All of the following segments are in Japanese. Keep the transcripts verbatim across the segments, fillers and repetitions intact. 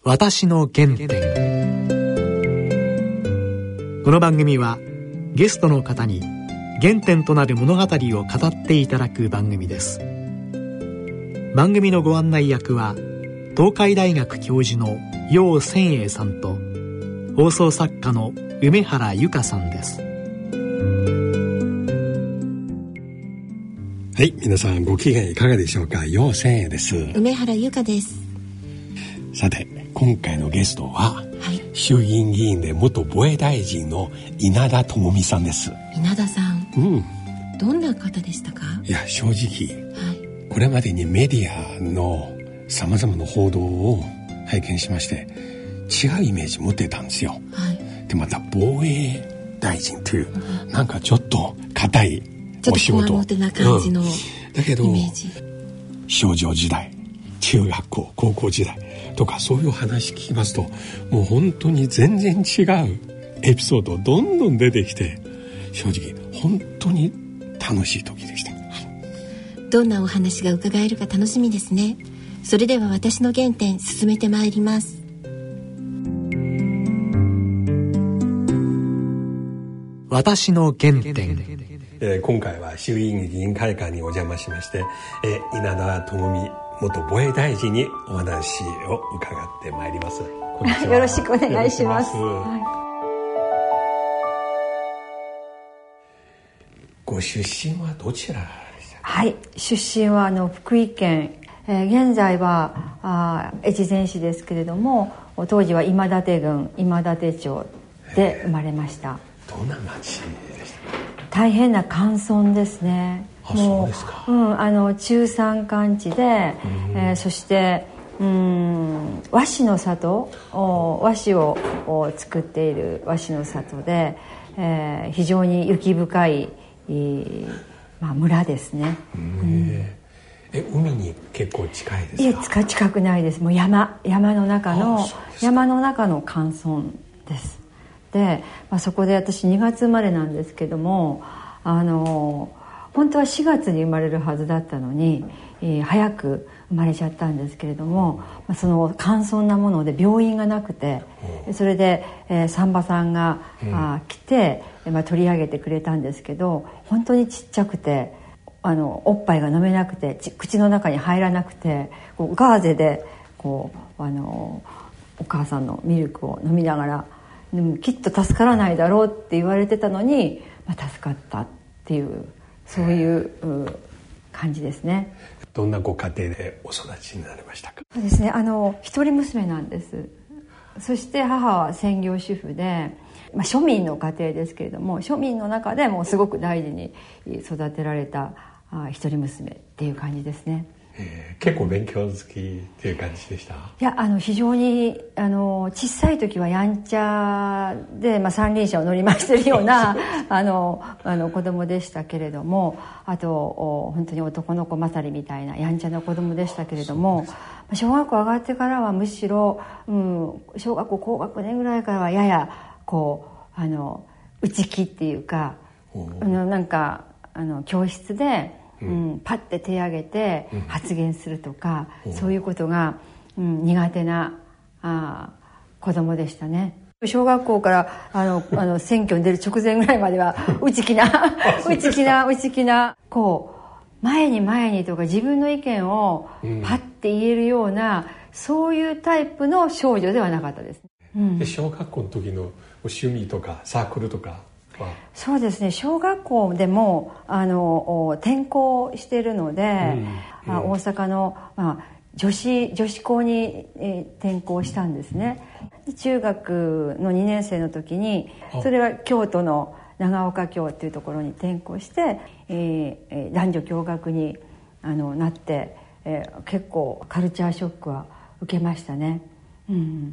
私の原点。この番組はゲストの方に原点となる物語を語っていただく番組です。番組のご案内役は東海大学教授の楊千栄さんと放送作家の梅原由香さんです。 はい、皆さんご機嫌いかがでしょうか。楊千栄です。 梅原由香です。 さて、今回のゲストは、はい、衆議院議員で元防衛大臣の稲田朋美さんです。 稲田さん、うん、どんな方でしたか。 いや、正直、はい、これまでにメディアのさまざまな報道を拝見しまして違うイメージ持ってたんですよ、はい、でまた防衛大臣という、うん、なんかちょっと硬いお仕事、 ちょっとな感じの、うん、 だけどイメージ、 少女時代、中学校、高校時代とかそういう話聞きますと、もう本当に全然違うエピソードどんどん出てきて、正直本当に楽しい時でした、はい、 どんなお話が伺えるか楽しみですね。それでは私の原点進めてまいります。 私の原点。 えー、今回は衆議院議員会館にお邪魔しまして、えー、稲田朋美元防衛大臣にお話を伺ってまいります。こんにちは。 よろしくお願いします。はい、 ご出身はどちらでしたか。 はい、出身はあの福井県、えー、現在はあ越前市ですけれども、当時は今立郡今立町で生まれました。 どんな町でしたか。 大変な寒村ですね。 あ、そうですか。 うん、あの中山間地で、えー、そしてうん和紙の里、和紙を作っている和紙の里で、えー、非常に雪深い、まあ、村ですね。うん、 え海に結構近いですか。いえ近近くないです。もう山山の中の山の中の寒村です。で、まあ、そこで私にがつ生まれなんですけども、あの本当はしがつに生まれるはずだったのに、えー、早く生まれちゃったんですけれども、まあ、その寒酸なもので病院がなくて、それで、えー、産婆さんが、うん、あ来て、まあ、取り上げてくれたんですけど、本当にちっちゃくて、あのおっぱいが飲めなくて、口の中に入らなくて、こうガーゼでこうあのお母さんのミルクを飲みながら、でもきっと助からないだろうって言われてたのに、まあ、助かったっていう、そういう感じですね。 どんなご家庭でお育ちになりましたか。 そうですね、あの一人娘なんです。そして母は専業主婦で、まあ、庶民の家庭ですけれども、庶民の中でもすごく大事に育てられたあ一人娘っていう感じですね。 えー、結構勉強好きっていう感じでした。いや、あの非常にあの小さい時はやんちゃで、まあ、三輪車を乗り回してるようなあのあの子供でしたけれども、あと本当に男の子勝りみたいなやんちゃな子供でしたけれども、小学校上がってからはむしろ、うん、小学校高学年ぐらいからはややこうあの内気っていうか、あのなんかあの教室でうん、パッて手を挙げて発言するとか、うん、そういうことが、うん、苦手なあ子供でしたね。小学校からあのあの選挙に出る直前ぐらいまでは内気な内気な内気なこう前に前にとか自分の意見をパッて言えるような、うん、そういうタイプの少女ではなかったです、 うん、で小学校の時の趣味とかサークルとか。 そうですね、小学校でもあの転校しているので、うんうん、大阪の、まあ、女子女子校に、えー、転校したんですね。中学のにねん生の時に、それは京都の長岡京っていうところに転校して、えー、男女共学にあのなって、えー、結構カルチャーショックは受けましたね。うん、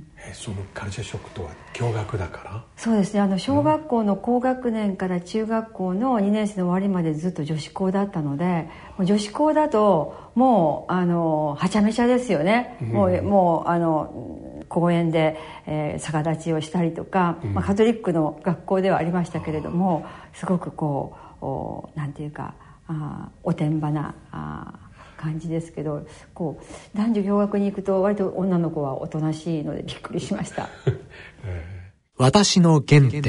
えそのカルチャーショックとは共学だから。 そうですね、あの小学校の高学年から中学校のにねん生の終わりまでずっと女子校だったので、もう女子校だともうあのはちゃめちゃですよね、うん、もう、もうあの公園で、えー、逆立ちをしたりとか、うん、まあ、カトリックの学校ではありましたけれども、すごくこうおなんていうかあおてんばなあ感じですけど、こう男女共学に行くと割と女の子はおとなしいのでびっくりしました。 私の原点。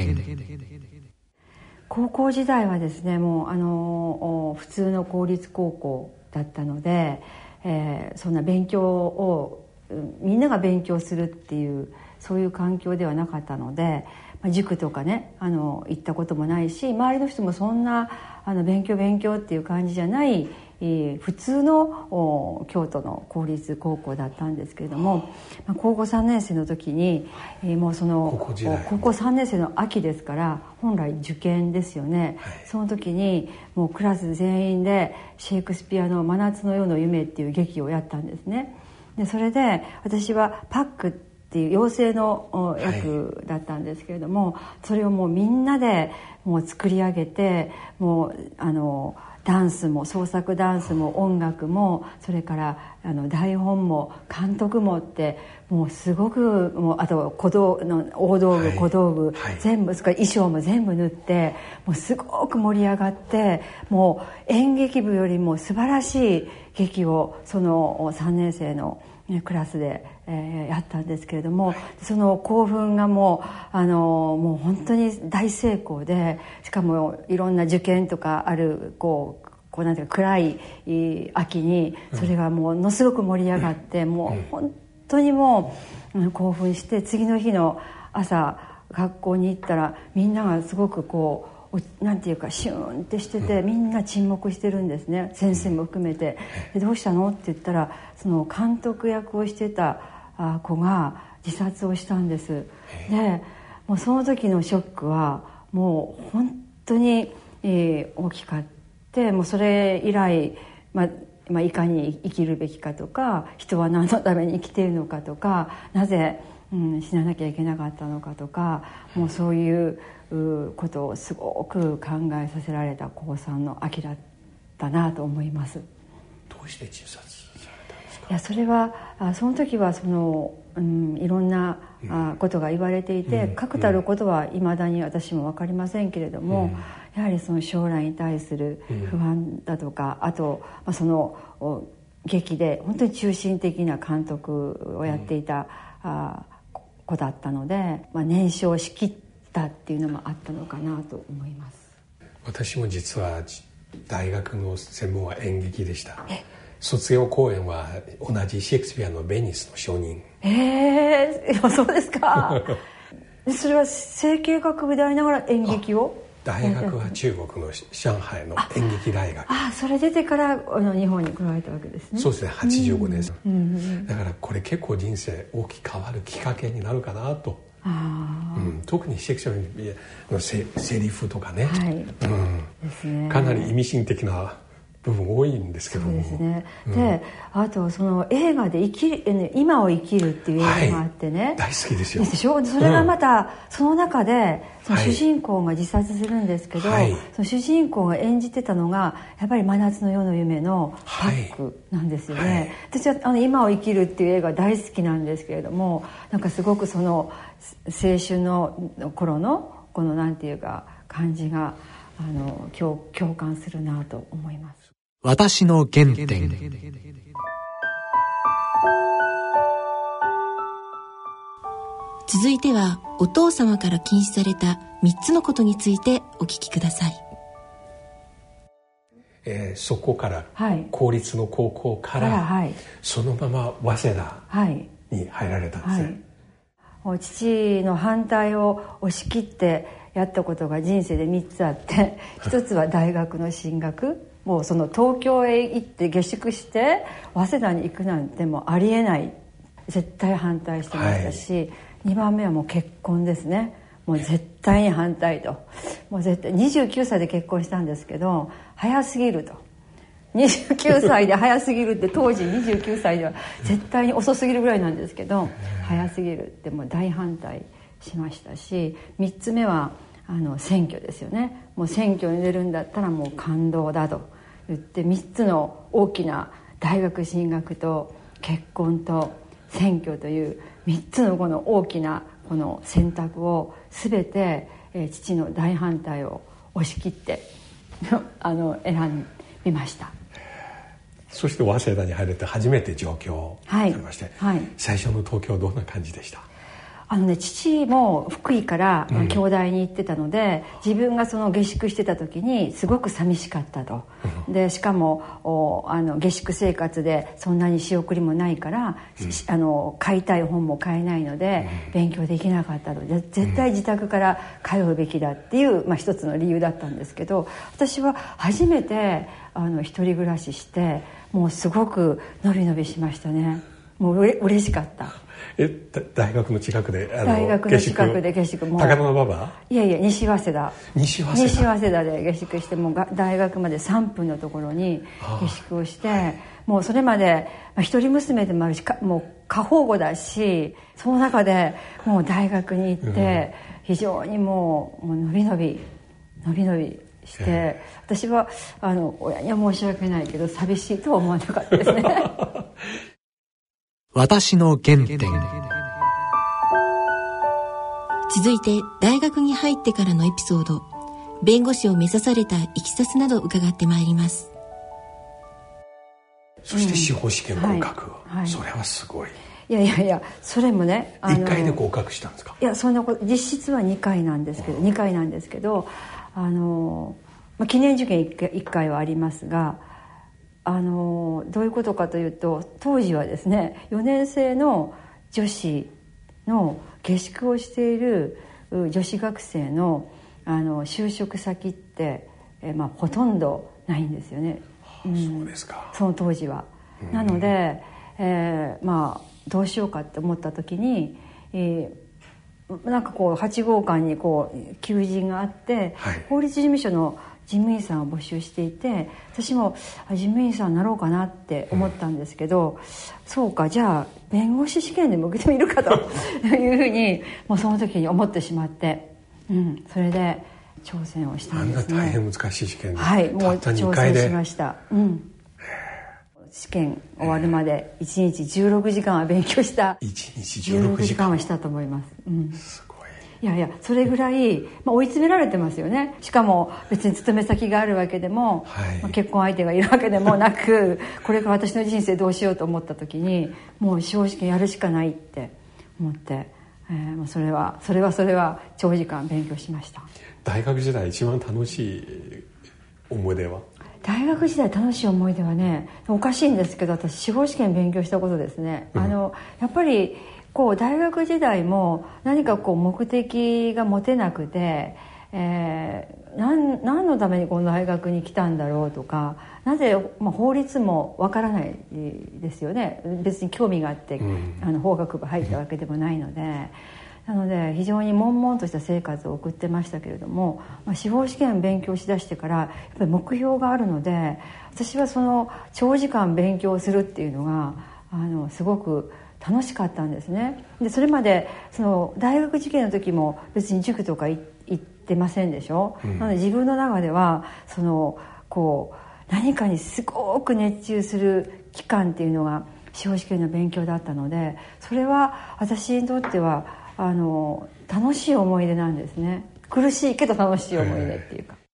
高校時代はですね、もうあの普通の公立高校だったので、えー、そんな勉強をみんなが勉強するっていうそういう環境ではなかったので、まあ、塾とかねあの行ったこともないし、周りの人もそんなあの勉強勉強っていう感じじゃない、えー、普通の京都の公立高校だったんですけれども、まあ、高校さんねん生の時に、えー、もうその高 校, 高校さんねん生の秋ですから本来受験ですよね、はい、その時にもうクラス全員でシェイクスピアの「真夏の夜の夢」っていう劇をやったんですね。でそれで私はパックっていう妖精の役だったんですけれども、はい、それをもうみんなでもう作り上げて、もうあのダンスも創作ダンスも音楽もそれからあの台本も監督もってもうすごくもうあと小道の大道具、はい、小道具、はい、全部それから衣装も全部塗ってもうすごく盛り上がって、もう演劇部よりも素晴らしい劇をそのさんねん生のクラスで、えー、やったんですけれども、はい、その興奮がもうあのもう本当に大成功で、しかもいろんな受験とかあるこうこうなんていうか暗い秋にそれがものすごく盛り上がって、うん、もう本当にもう興奮して、次の日の朝学校に行ったらみんながすごくこうなんていうかシューンってしてて、みんな沈黙してるんですね、先生も含めて。でどうしたのって言ったら、その監督役をしてた子が自殺をしたんです。でもうその時のショックはもう本当に、えー、大きかった。もうそれ以来、まあまあ、いかに生きるべきかとか、人は何のために生きているのかとか、なぜ、うん、死ななきゃいけなかったのかとか、もうそういうことをすごく考えさせられた高さんの秋だったなと思います。 どうして自殺されたんですか？ いやそれはあその時はその、うん、いろんな、うん、あことが言われていて、うん、確たることはいまだに私も分かりませんけれども、うんやはりその将来に対する不安だとか、うん、あと、まあ、その劇で本当に中心的な監督をやっていた、うんあ子だったので、まあ、燃焼しきったっていうのもあったのかなと思います。 私も実は大学の専門は演劇でした。卒業公演は同じシェイクスピアのベニスの証人。 えー、そうですかそれは整形学部でありながら演劇を？ 大学は中国の上海の演劇大学。 ああ、それ出てから日本に来られたわけですね。 そうですね、はちじゅうごねん、うんうん、だからこれ結構人生大きく変わるきっかけになるかなと。あ、うん、特にシェイクスピアのセ、セリフとかね、はいうんですね、かなり意味深的な部分多いんですけども。 そうですね、うん、であとその映画で生きる今を生きるっていう映画があってね、はい、 大好きですよ。 でしょ。それがまた、うん、その中でその主人公が自殺するんですけど、はい、その主人公が演じてたのがやっぱり真夏の夜の夢のパックなんですよね、はいはい、私はあの今を生きるっていう映画大好きなんですけれども、なんかすごくその青春の頃のこのなんていうか感じがあの 共, 共感するなと思います。 私の原点。 続いてはお父様から禁止されたみっつのことについてお聞きください。 えー、そこから、はい、公立の高校から、はい、そのまま早稲田に入られたんですね、 はい、父の反対を押し切ってやったことが人生でみっつあってひとつは大学の進学もうその東京へ行って下宿して早稲田に行くなんてもうありえない、絶対反対してましたし、はい、にばんめはもう結婚ですね。もう絶対に反対と、もう絶対にじゅうきゅうさいで結婚したんですけど早すぎると、にじゅうきゅうさいで早すぎるって当時にじゅうきゅうさいでは絶対に遅すぎるぐらいなんですけど早すぎるってもう大反対しましたし、みっつめはあの選挙ですよね。もう選挙に出るんだったらもう感動だと言ってみっつの大きな大学進学と結婚と選挙というみっつのこの大きなこの選択を全て、えー、父の大反対を押し切ってあの選びました。 そして早稲田に入れて初めて上京されまして、はいはい、最初の東京はどんな感じでした？ あのね、父も福井から兄弟に行ってたので、うん、自分がその下宿してた時にすごく寂しかったと、うん、でしかもおあの下宿生活でそんなに仕送りもないから、うん、あの買いたい本も買えないので、うん、勉強できなかったと。で絶対自宅から通うべきだっていう、まあ、一つの理由だったんですけど、私は初めてあの一人暮らししてもうすごくのびのびしましたね。もううれ嬉しかった。 え大学の近くであの大学の近くで下宿も高野馬場いやいや西早稲田西早稲田西早稲田で下宿してもうが大学までさんぷんのところに下宿をして、はい、もうそれまで、まあ、一人娘でもあるしかもう過保護だし、その中でもう大学に行って、うん、非常にもう、もうのびのびのびのびして、えー、私はあの親には申し訳ないけど寂しいとは思わなかったですね私の原点。 続いて大学に入ってからのエピソード、弁護士を目指されたいきさつなど伺ってまいります。 そして司法試験合格、うんはいはい、それはすごい。 いやいやいや、それもねいっかいで合格したんですか？ いや、そんなこと、実質はにかいなんですけど、にかいなんですけど、あの、まあ、記念受験いっかいはありますが、あのどういうことかというと、当時はですねよねん生の女子の下宿をしている女子学生の、あの就職先って、え、まあ、ほとんどないんですよね、 うん、そうですか。 その当時は、うん、なので、えー、まあどうしようかって思った時に、えー、なんかこうはち号館にこう求人があって、はい、法律事務所の事務員さんを募集していて、私も事務員さんになろうかなって思ったんですけど、うん、そうか、じゃあ弁護士試験でも受けてみるかというふうにもうその時に思ってしまって、うん、それで挑戦をしたんですね。 あんな大変難しい試験で、 はい、もう挑戦しました、うん、試験終わるまでいちにちじゅうろくじかんは勉強した。 いちにちじゅうろくじかんはしたと思います、うん、すごい。いやいや、それぐらい、まあ、追い詰められてますよね。しかも別に勤め先があるわけでも、はいまあ、結婚相手がいるわけでもなくこれが私の人生どうしようと思った時に、もう司法試験やるしかないって思って、えー、もうそれはそれはそれは長時間勉強しました。 大学時代一番楽しい思い出は？ 大学時代楽しい思い出はね、おかしいんですけど、私司法試験勉強したことですね、うん、あのやっぱりこう大学時代も何かこう目的が持てなくて、えー、何, 何のためにこの大学に来たんだろうとか、なぜ、まあ、法律もわからないですよね。別に興味があって、うん、あの法学部入ったわけでもないので、なので非常に悶々とした生活を送ってましたけれども、まあ、司法試験勉強しだしてからやっぱり目標があるので、私はその長時間勉強するっていうのがあのすごく楽しかったんですね。でそれまでその大学受験の時も別に塾とか行ってませんでしょ、うん、なので自分の中ではそのこう何かにすごく熱中する期間っていうのが司法試験の勉強だったので、それは私にとってはあの楽しい思い出なんですね。苦しいけど楽しい思い出っていうか。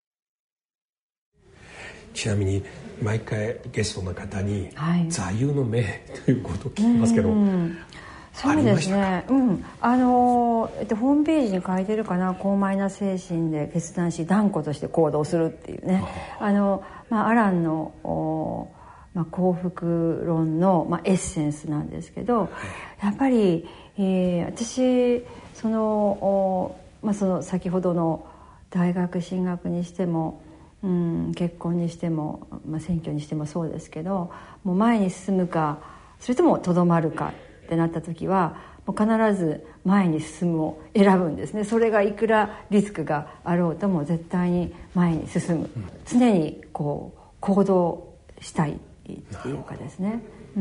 ちなみに毎回ゲストの方に、はい、座右の銘ということを聞きますけど、うん、 そうですね、うん、あの、えっと、ホームページに書いてるかな、高邁な精神で決断し断固として行動するっていうね、あの、まあ、アランの、まあ、幸福論の、まあ、エッセンスなんですけど、はい、やっぱり、えー、私その、まあ、その先ほどの大学進学にしてもうん、結婚にしても、まあ、選挙にしてもそうですけど、もう前に進むかそれともとどまるかってなった時はもう必ず前に進むを選ぶんですね。それがいくらリスクがあろうとも絶対に前に進む、うん、常にこう行動したいっていうかですね、うん、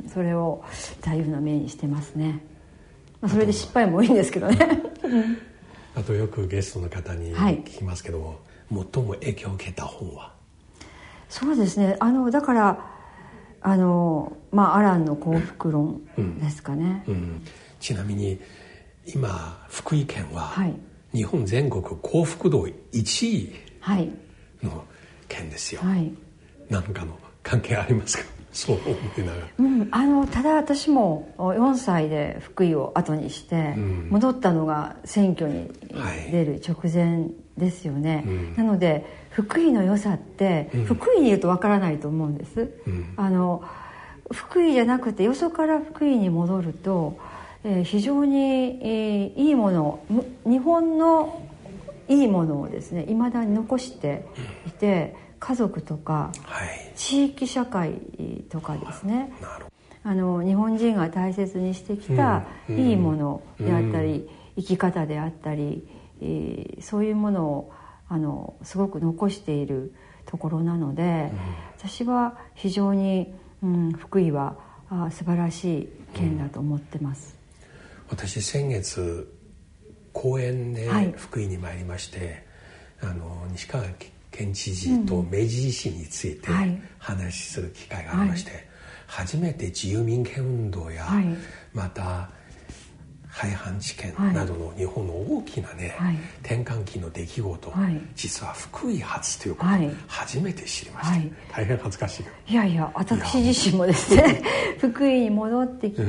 それを座右の銘にしてますね。まあ、それで失敗も多いんですけどねあとよくゲストの方に聞きますけども、はい、最も影響を受けた本は？ そうですね、あのだからあの、まあ、アランの幸福論ですかね、うんうん、 ちなみに今福井県は日本全国幸福度いちいの県ですよ、はい、なんかの関係ありますか？そう思いながら、 うん、あのただ私もよんさいで福井を後にして戻ったのが選挙に出る直前ですよね、はい、うん、なので福井の良さって、うん、福井にいるとわからないと思うんです、うん、あの福井じゃなくてよそから福井に戻ると、えー、非常に、えー、いいもの、日本のいいものをですね未だに残していて、家族とか、はい、地域社会とかですね、あの日本人が大切にしてきたいいものであったり、うん、生き方であったり、えー、そういうものをあのすごく残しているところなので、うん、私は非常に、うん、福井はあ素晴らしい県だと思ってます、 うん、私先月講演で福井に参りまして、はい、あの西川県知事と明治維新について話しする機会がありまして、はい、初めて自由民権運動や、はい、また廃藩置県などの日本の大きなね、はい、転換期の出来事、はい、実は福井発ということを初めて知りました、はい、大変恥ずかしい。 いやいや、私自身もですね福井に戻ってきて、うん、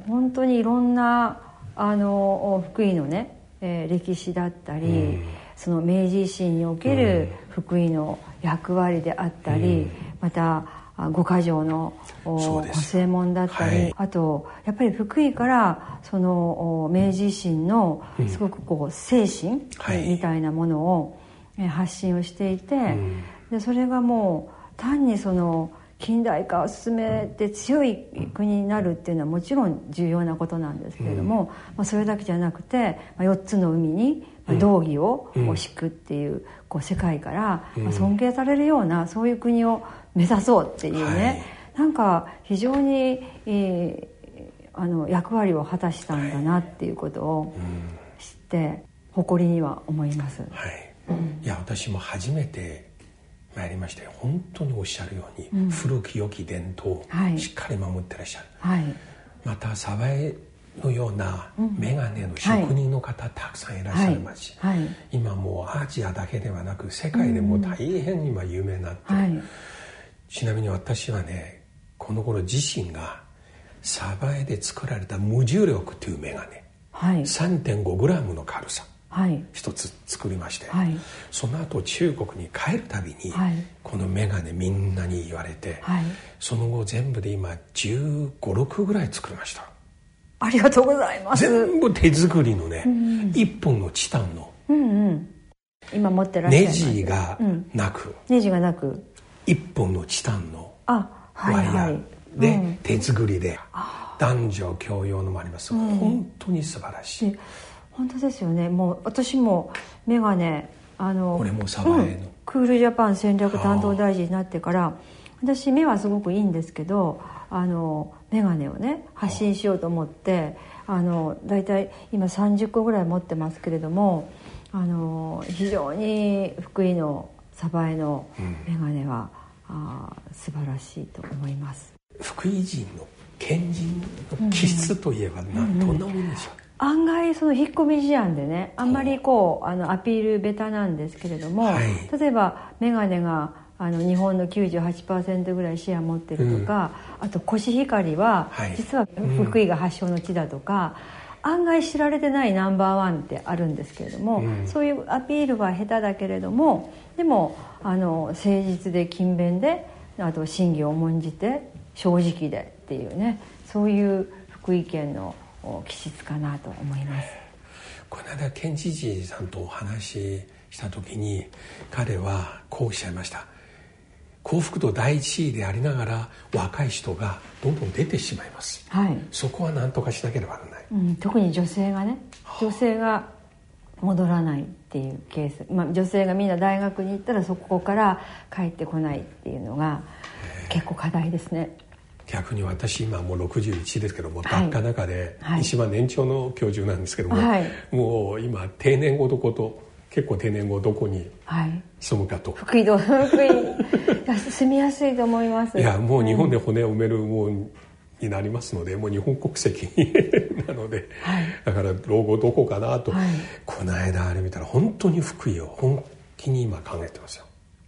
本当にいろんなあの福井のね、えー、歴史だったり、うん、その明治維新における福井の役割であったり、うん、また五箇条の補正門だったり、はい、あとやっぱり福井からその明治維新のすごくこう精神みたいなものを発信をしていて、はい、でそれがもう単にその近代化を進めて強い国になるっていうのはもちろん重要なことなんですけれども、うん、まあ、それだけじゃなくてよっつの海に道義を敷くっていう、こう世界から尊敬されるようなそういう国を目指そうっていうね、はい、なんか非常に、えー、あの役割を果たしたんだなっていうことを知って誇りには思います、 はい、うん、いや私も初めて参りまして本当におっしゃるように、うん、古き良き伝統をしっかり守ってらっしゃる、はい、また鯖江のようなメガネの職人の方、うん、たくさんいらっしゃいますし、はいはい、今もうアジアだけではなく世界でも大変今有名になってる、はい、ちなみに私はねこの頃自身が鯖江で作られた無重力というメガネ、はい、さんてんごグラム の軽さ、はい、一つ作りまして、はい、その後中国に帰るたびに、はい、このメガネみんなに言われて、はい、その後全部で今じゅうご、ろくぐらい作りました。 ありがとうございます。 全部手作りのね、うん、一本のチタンの、うんうん、 今持ってらっしゃいますネジがなく、うん、 ネジがなく一本のチタンのワイヤーで手作りで、男女共用のもあります、うん、本当に素晴らしい。 本当ですよね。もう私もメガネあのこれも鯖江の、うん、 クールジャパン戦略担当大臣になってから私目はすごくいいんですけど、あのメガネをね発信しようと思ってあのだいたい今さんじゅっこぐらい持ってますけれども、あの非常に福井の鯖江のメガネは、うん、あ素晴らしいと思います。 福井人の県人の気質といえば、うん、などんなものでしょう。 案外その引っ込み思案でね、あんまりこうあのアピールベタなんですけれども、はい、例えばメガネがあの日本の きゅうじゅうはちパーセント ぐらいシェア持ってるとか、うん、あとコシヒカリは、はい、実は福井が発祥の地だとか、うん、案外知られてないナンバーワンってあるんですけれども、うん、そういうアピールは下手だけれども、でもあの誠実で勤勉で、あと真偽を重んじて正直でっていうね、そういう福井県の気質かなと思います。 この間県知事さんとお話しした時に彼はこうおっしゃいました。幸福度第一位でありながら若い人がどんどん出てしまいます、はい、そこは何とかしなければならない、 うん、特に女性がね、女性が戻らないっていうケース、まあ、女性がみんな大学に行ったらそこから帰ってこないっていうのが結構課題ですね。 逆に私今もうろくじゅういちですけども、はい、学科の中で一番年長の教授なんですけども、はい、もう今定年後どこと結構定年後どこに住むかと、 はい、福井ど福井住みやすいと思います。 いやもう日本で骨を埋めるもんになりますので、もう日本国籍なので、はい、だから老後どこかなと、はい、この間あれ見たら本当に福井を本気に今考えてますよ。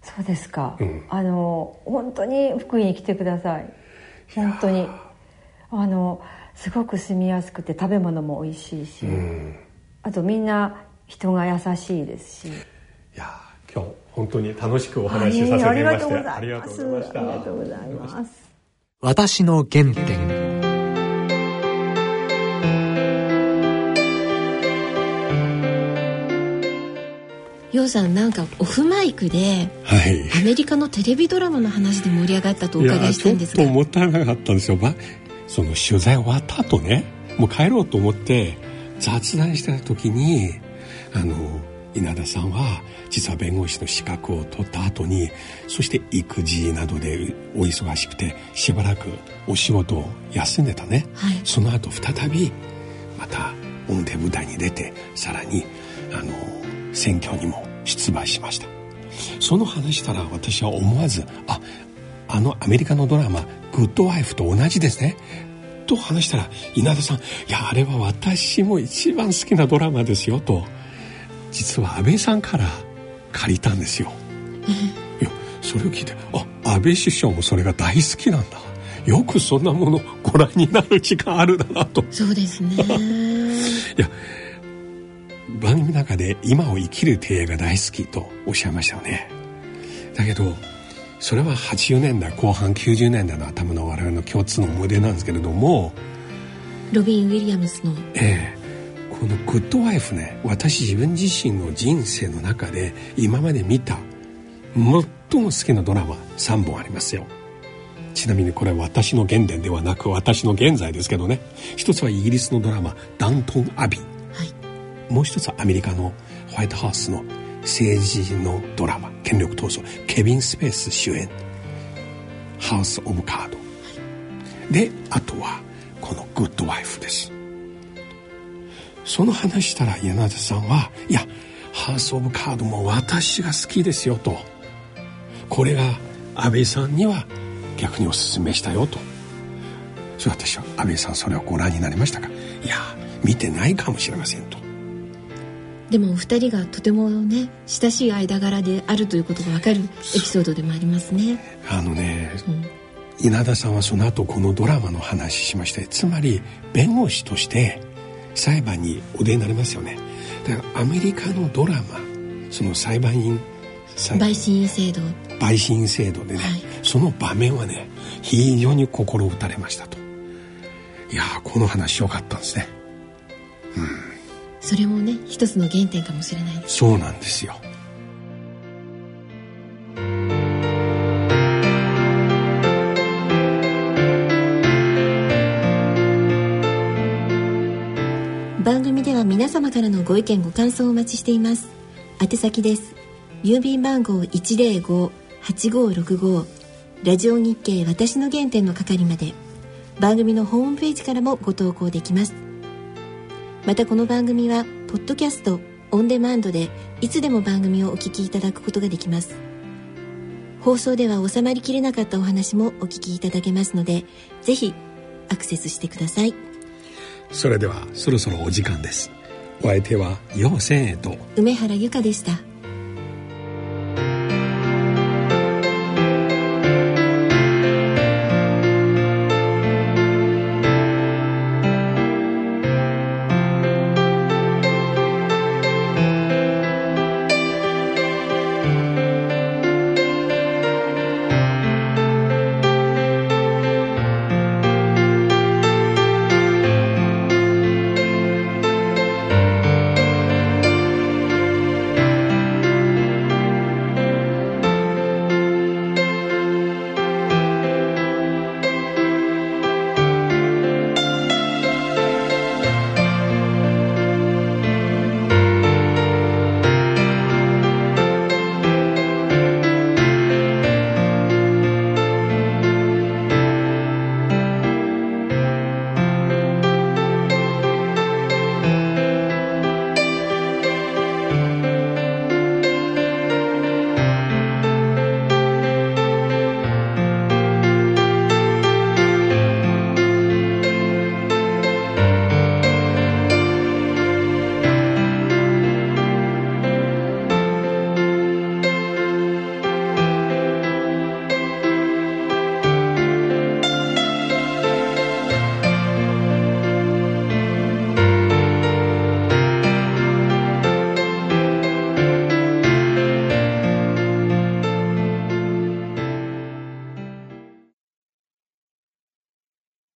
そうですか、 うん、 あの本当に福井に来てください。本当にあのすごく住みやすくて食べ物も美味しいし、うん、あとみんな人が優しいですし、いや今日本当に楽しくお話しさせていただきましてありがとうございます。ありがとうございます。 私の原点。 楊さん、なんかオフマイクで、はい、アメリカのテレビドラマの話で盛り上がったとお伺いしたんですが、 いやちょっともったいなかったんですよ。ま、その取材終わった後ね、もう帰ろうと思って雑談してた時に、あの稲田さんは実は弁護士の資格を取った後に、そして育児などでお忙しくてしばらくお仕事を休んでたね、はい、その後再びまた表舞台に出て、さらにあの選挙にも出馬しました。その話したら私は思わず、あ、あのアメリカのドラマグッドワイフと同じですねと話したら、稲田さん、いやあれは私も一番好きなドラマですよと、実は安倍さんから借りたんですよ。いやそれを聞いて、あ、安倍首相もそれが大好きなんだ、よくそんなものご覧になる時間あるだなと。 そうですねいや番組の中で今を生きる庭園が大好きとおっしゃいましたよね。だけどそれははちじゅうねんだいこう半きゅうじゅうねんだいの頭の我々の共通の思い出なんですけれども、 ロビン・ウィリアムスの、 ええ、このグッドワイフね、私自分自身の人生の中で今まで見た最も好きなドラマさんぼんありますよ。ちなみにこれは私の原点ではなく私の現在ですけどね。一つはイギリスのドラマダウントン・アビー、はい、もう一つはアメリカのホワイトハウスの政治のドラマ権力闘争、ケビン・スペース主演ハウス・オブ・カード、はい、であとはこのグッドワイフです。その話したら柳田さんは、いやハウス・オブ・カードも私が好きですよと、これが安倍さんには逆におすすめしたよと。それ私は、安倍さんそれをご覧になりましたか？いや見てないかもしれませんと。 でもお二人がとてもね親しい間柄であるということが分かるエピソードでもありますね。 あのね、うん、稲田さんはその後このドラマの話しまして、つまり弁護士として裁判にお出になりますよね。だからアメリカのドラマ、その裁判員陪審員制度陪審員制度でね、はい、その場面はね非常に心打たれましたと。いやこの話良かったんですね。うん、 それもね一つの原点かもしれないです。 そうなんですよ。 番組では皆様からのご意見ご感想をお待ちしています。宛先です。郵便番号 いちぜろご はちごろくご ラジオ日経私の原点の係まで。番組のホームページからもご投稿できます。またこの番組はポッドキャストオンデマンドでいつでも番組をお聞きいただくことができます。放送では収まりきれなかったお話もお聞きいただけますので、ぜひアクセスしてください。 それではそろそろお時間です。お相手は陽千恵と梅原由香でした。